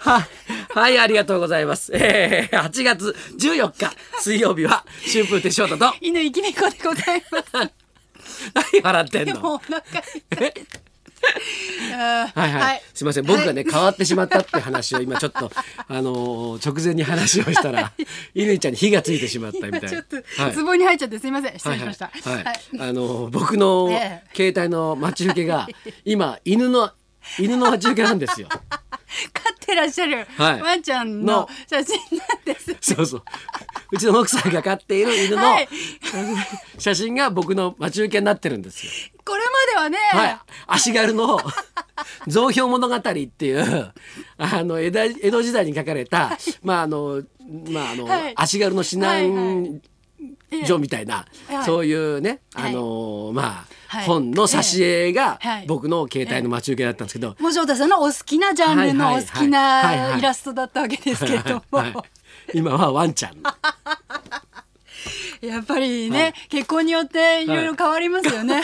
はい、ありがとうございます。8月14日水曜日は春風亭昇太と犬井美子でございます。 何笑ってんの。 でもお腹痛い。 はいはい、すみません、僕がね、変わってしまったって話を今ちょっと直前に話をしたら乾ちゃんに火がついてしまったみたいな。 ちょっとツボに入っちゃってすみません、失礼しました。 僕の携帯の待ち受けが今犬の待ち受けなんですよ。 飼ってらっしゃるワンちゃんの写真なんです。 そうそう、うちの奥さんが飼っている犬の写真が僕の待ち受けになってるんですよ。 これまではね、 足軽の造氷物語っていう江戸時代に書かれた足軽の指南所みたいな、そういうね本の挿絵が僕の携帯の待ち受けだったんですけど、 もう翔太さんのお好きなジャンルのお好きなイラストだったわけですけれども、 今はワンちゃん。 やっぱりね、結婚によっていろいろ変わりますよね。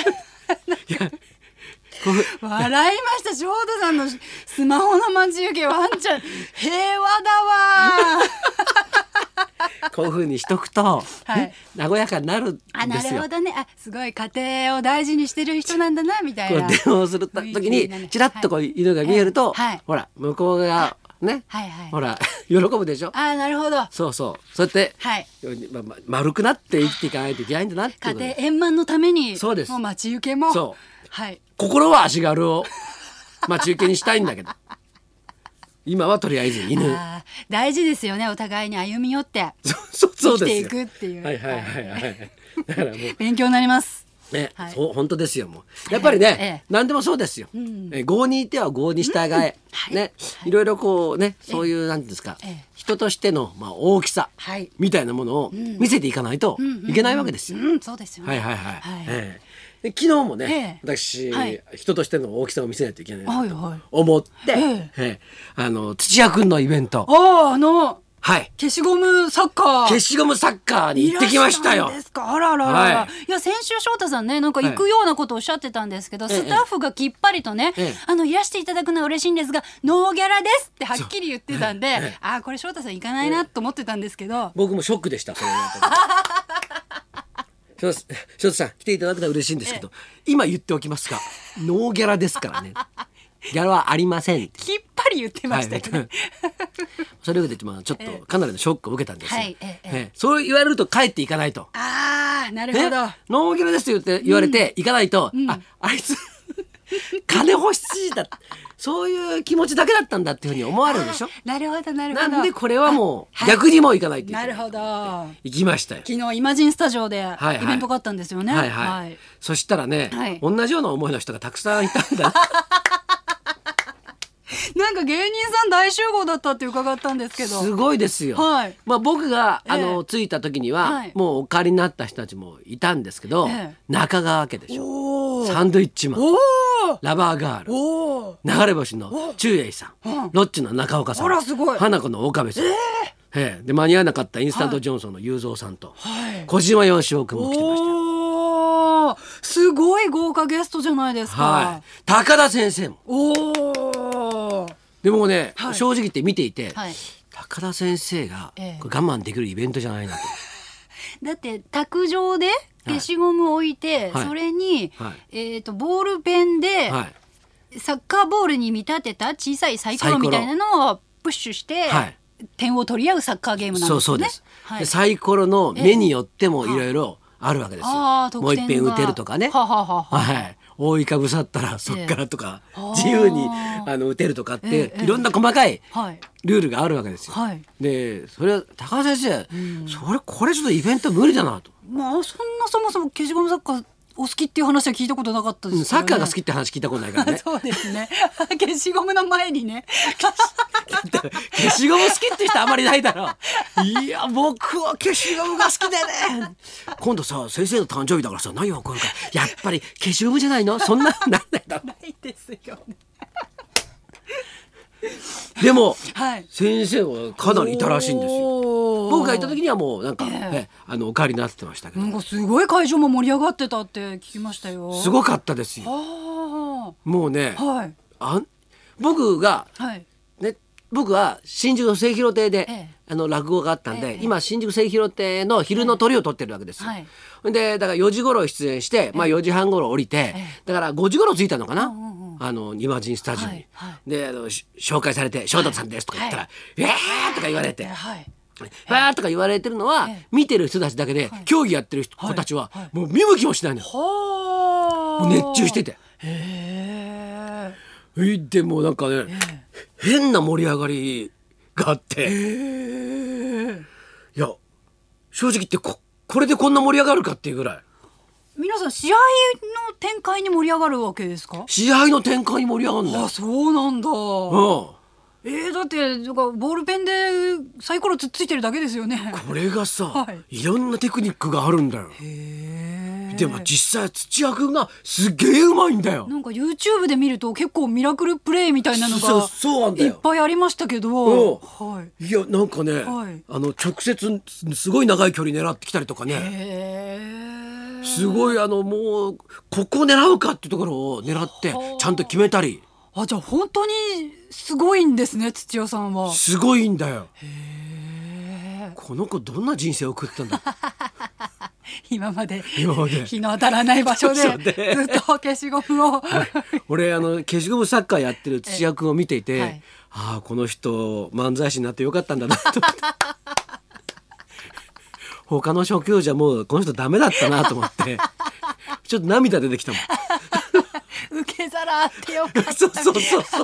笑いました。翔太さんのスマホの待ち受け、ワンちゃん平和だわ。 こういう風にしとくと、和やかになるんですよ。 なるほどね。すごい家庭を大事にしてる人なんだなみたいな。 電話をする時にチラッとこう犬が見えると、ほら向こうがね、ほら喜ぶでしょ。 なるほど。 そうやって、丸くなって生きていかないといけないんだなってことで。 家庭円満のために。 そうです。 もう待ち受けも。 心は足軽を待ち受けにしたいんだけど。今はとりあえず犬。 大事ですよね、お互いに歩み寄って生きていくっていう。 だからもう勉強になります。 そう本当ですよ。もうやっぱりね、何でもそうですよ。郷にいては郷に従え、ね、いろいろこうね、そういうなんですか、人としての大きさみたいなものを見せていかないといけないわけですよ。 そうですよね。 昨日もね、私人としての大きさを見せないといけないなと思って、土屋くんのイベント、 消しゴムサッカーに行ってきましたよ。 あららら。いや、先週翔太さんね、なんか行くようなことをおっしゃってたんですけど、スタッフがきっぱりとね、いらしていただくのは嬉しいんですがノーギャラですってはっきり言ってたんで、これ翔太さん行かないなと思ってたんですけど、 僕もショックでした。それ翔太さん来ていただくのは嬉しいんですけど、今言っておきますがノーギャラですからね。ギャラはありません。 きっぱり言ってましたよね。 それをでちょっとかなりのショックを受けたんですよ。そう言われると帰っていかないと。 なるほど。 ノーギャラですと言われて行かないと、あいつ金欲しいだ、そういう気持ちだけだったんだっていうふうに思われるでしょ。 なるほどなるほど。 なんでこれはもう逆にも行かないっていう。 なるほど。 行きましたよ。 昨日イマジンスタジオでイベントがあったんですよね。 そしたらね、同じような思いの人がたくさんいたんだ。 なんか芸人さん大集合だったって伺ったんですけど。 すごいですよ。僕が着いた時にはもうお帰りになった人たちもいたんですけど、中川家でしょ、サンドイッチマン、ラバーガール、流れ星の中英さん、ロッチの中岡さん、花子の岡部さん、で間に合わなかったインスタントジョンソンの雄三さんと小島よしおくんも来てましたよ。 すごい豪華ゲストじゃないですか。 高田先生も。でもね、正直言って見ていて、高田先生が我慢できるイベントじゃないなと。 だって卓上で消しゴムを置いて、それにボールペンでサッカーボールに見立てた小さいサイコロみたいなのをプッシュして点を取り合うサッカーゲームなんですね。 そうです。サイコロの目によってもいろいろあるわけですよ。もう一遍打てるとかね。覆いかぶさったらそっからとか、自由に打てるとかっていろんな細かいルールがあるわけですよ。でそれは高橋先生、これちょっとイベント無理だなと。 そんなそもそも消しゴムサッカーお好きっていう話は聞いたことなかったです、 サッカーが好きって話聞いたことないからね。 そうですね。消しゴムの前にね。 消しゴム好きって人あまりないだろう。いや僕は消しゴムが好きでね。今度さ先生の誕生日だからさ何を送るか、やっぱり消しゴムじゃないの、そんななんないだろう。 ないですよね。 でも、先生はかなりいたらしいんですよ。僕が行った時にはもうなんか、お帰りになってましたけど、 なんかすごい会場も盛り上がってたって聞きましたよ。 すごかったですよ。もうね、僕が、ね、 僕は新宿の末広亭で、落語があったんで、今新宿末広亭の昼の鳥を取ってるわけですよ。でだから4時頃出演して、4時半頃降りて、だから5時頃着いたのかな、イマジンスタジオに。で紹介されて「翔太さんです」とか言ったら「とか言われて。バーとか言われてるのは、見てる人たちだけで、競技やってる子たちはもう見向きもしないのよ。もう熱中してて。でもなんかね、変な盛り上がりがあって、いや正直言ってこれでこんな盛り上がるかっていうぐらい。 皆さん試合の展開に盛り上がるわけですか？ 試合の展開に盛り上がるんだよ。 そうなんだ。だってボールペンでサイコロつっついてるだけですよね。 これがさ、いろんなテクニックがあるんだよ。でも実際土屋君がすげえうまいんだよ。 なんか YouTube で見ると結構ミラクルプレイみたいなのがいっぱいありましたけど、 いやなんかね、直接すごい長い距離狙ってきたりとかね、すごいもうここ狙うかっていうところを狙ってちゃんと決めたり。 じゃあ本当にすごいんですね、土屋さんは。 すごいんだよ。この子どんな人生を送ったんだ。 今まで日の当たらない場所でずっと消しゴムを俺消しゴムサッカーやってる土屋君を見ていて、この人漫才師になってよかったんだなと思って他の職業じゃもうこの人ダメだったなと思ってちょっと涙出てきたもん。 受け皿あってよかった。 そうこ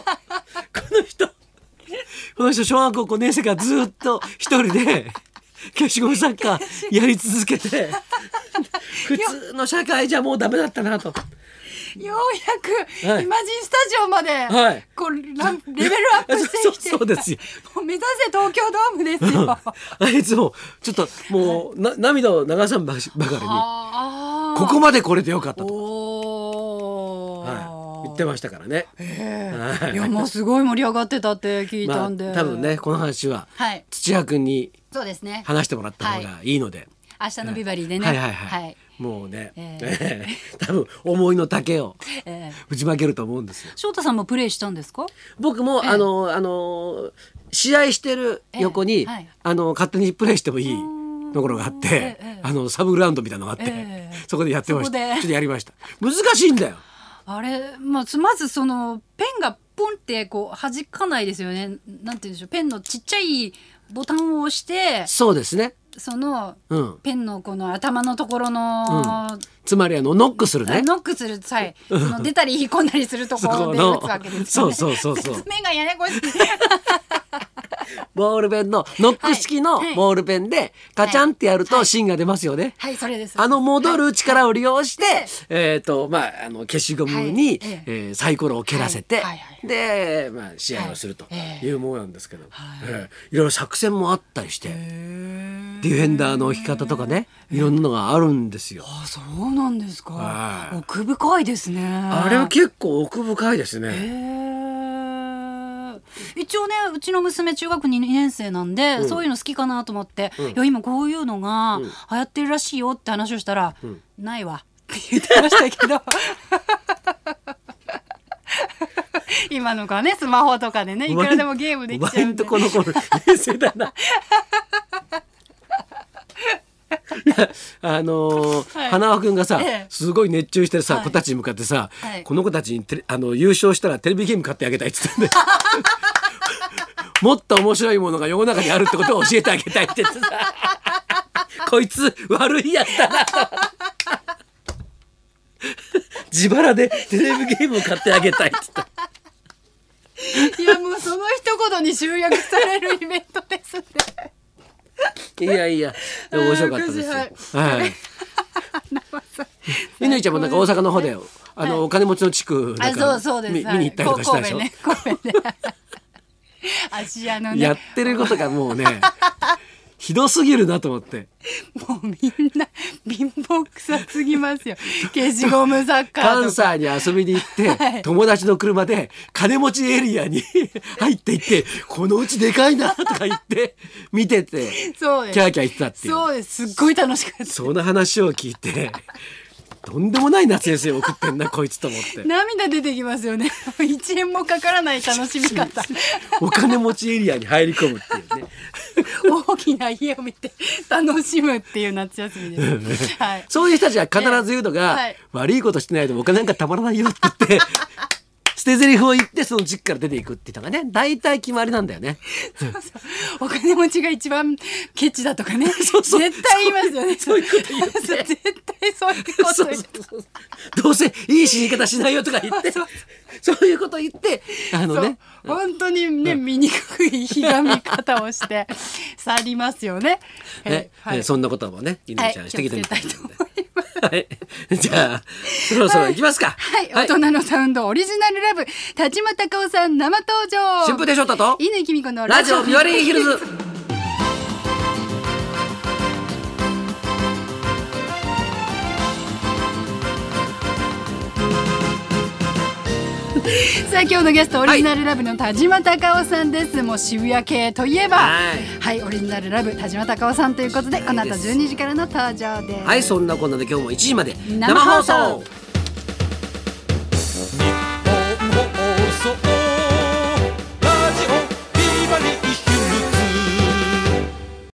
の人小学校5年生からずっと一人で消しゴムサッカーやり続けて普通の社会じゃもうダメだったなと。 ようやくイマジンスタジオまで、こうレベルアップしてきてそうですよ。 もう目指せ東京ドームですよ。 あいつもちょっともう涙を流さんばかりにここまでこれでよかったと言ってましたからね。 いやもうすごい盛り上がってたって聞いたんで、 多分ねこの話は土屋君に話してもらった方がいいので、 明日のビバリーでね、 もうね、多分思いの丈を打ちまけると思うんですよ。 翔太さんもプレイしたんですか？ 僕も、試合してる横に、勝手にプレイしてもいいところがあって、サブグラウンドみたいなのがあって、そこでやってました。ちょっとやりました。難しいんだよ。 あれ、まずそのペンがポンってこう弾かないですよね。なんて言うんでしょう、ペンのちっちゃいボタンを押して、 そうですね。 その、ペンのこの頭のところの、 つまりノックするね。 ノックする際、その出たり引っ込んだりするところで打つわけですよね。そう説明がややこしい。 ボールペンのノック式のボールペンでカチャンってやると芯が出ますよね。 それです。 戻る力を利用して消しゴムにサイコロを蹴らせてで試合をするというものなんですけど、いろいろ作戦もあったりして、ディフェンダーの置き方とかね、いろんなのがあるんですよ。 そうなんですか。奥深いですね。 あれは結構奥深いですね。 一応ね、うちの娘中学2年生なんで、そういうの好きかなと思って、いや今こういうのが流行ってるらしいよって話をしたら、ないわって言ってましたけど今のがね、スマホとかでね、いくらでもゲームできちゃうんで。 お前んとこの頃冷静だな。花輪君がさ、すごい熱中してるさ、子たちに向かってさ、この子たちに優勝したらテレビゲーム買ってあげたいって言ってんでもっと面白いものが世の中にあるってことを教えてあげたいって言ってさこいつ悪いやつだな自腹でテレビゲームを買ってあげたいって言ったいやもうその一言に集約されるイベントですね。 いや面白かったですよ。乾ちゃんもなんか大阪の方でお金持ちの地区なんか見に行ったりとかしたでしょ。 神戸ね芦屋のねやってることがもうねひどすぎるなと思って、 もうみんな貧乏くさすぎますよ。消しゴムサッカーとか関西に遊びに行って、友達の車で金持ちエリアに入っていってこのうちでかいなとか言って見ててキャーキャー言ってたっていう。 そうです、すっごい楽しかった。 その話を聞いてとんでもない夏休みを送ってんなこいつと思って涙出てきますよね1円もかからない楽しみ方お金持ちエリアに入り込むっていうね大きな家を見て楽しむっていう夏休みです、はい、 そういう人たちは必ず言うのが、はい、悪いことしてないとお金なんかたまらないよって言って捨て台詞を言ってその時期から出ていくっていうのがね大体決まりなんだよね。 そうそうお金持ちが一番ケチだとかねそうそう絶対言いますよね。 そういうこと言って絶対そういうこと言ってどうせいい死に方しないよとか言ってそういうこと言ってね本当にね、醜いひがみ方をして去りますよね。 はい、そんなこともね犬ちゃんしてきてみたいと思います。はい、じゃあそろそろ行きますか。 はい、大人のサウンドオリジナルラブ田島貴夫さん生登場。 春風亭昇太と乾きみ子のラジオビバリーヒルズ。 さあ今日のゲストオリジナルラブの田島貴夫さんです、もう渋谷系といえばはい、オリジナルラブ田島貴夫さんということでこの後12時からの登場です。 はい、そんなこんなで今日も1時まで生放送。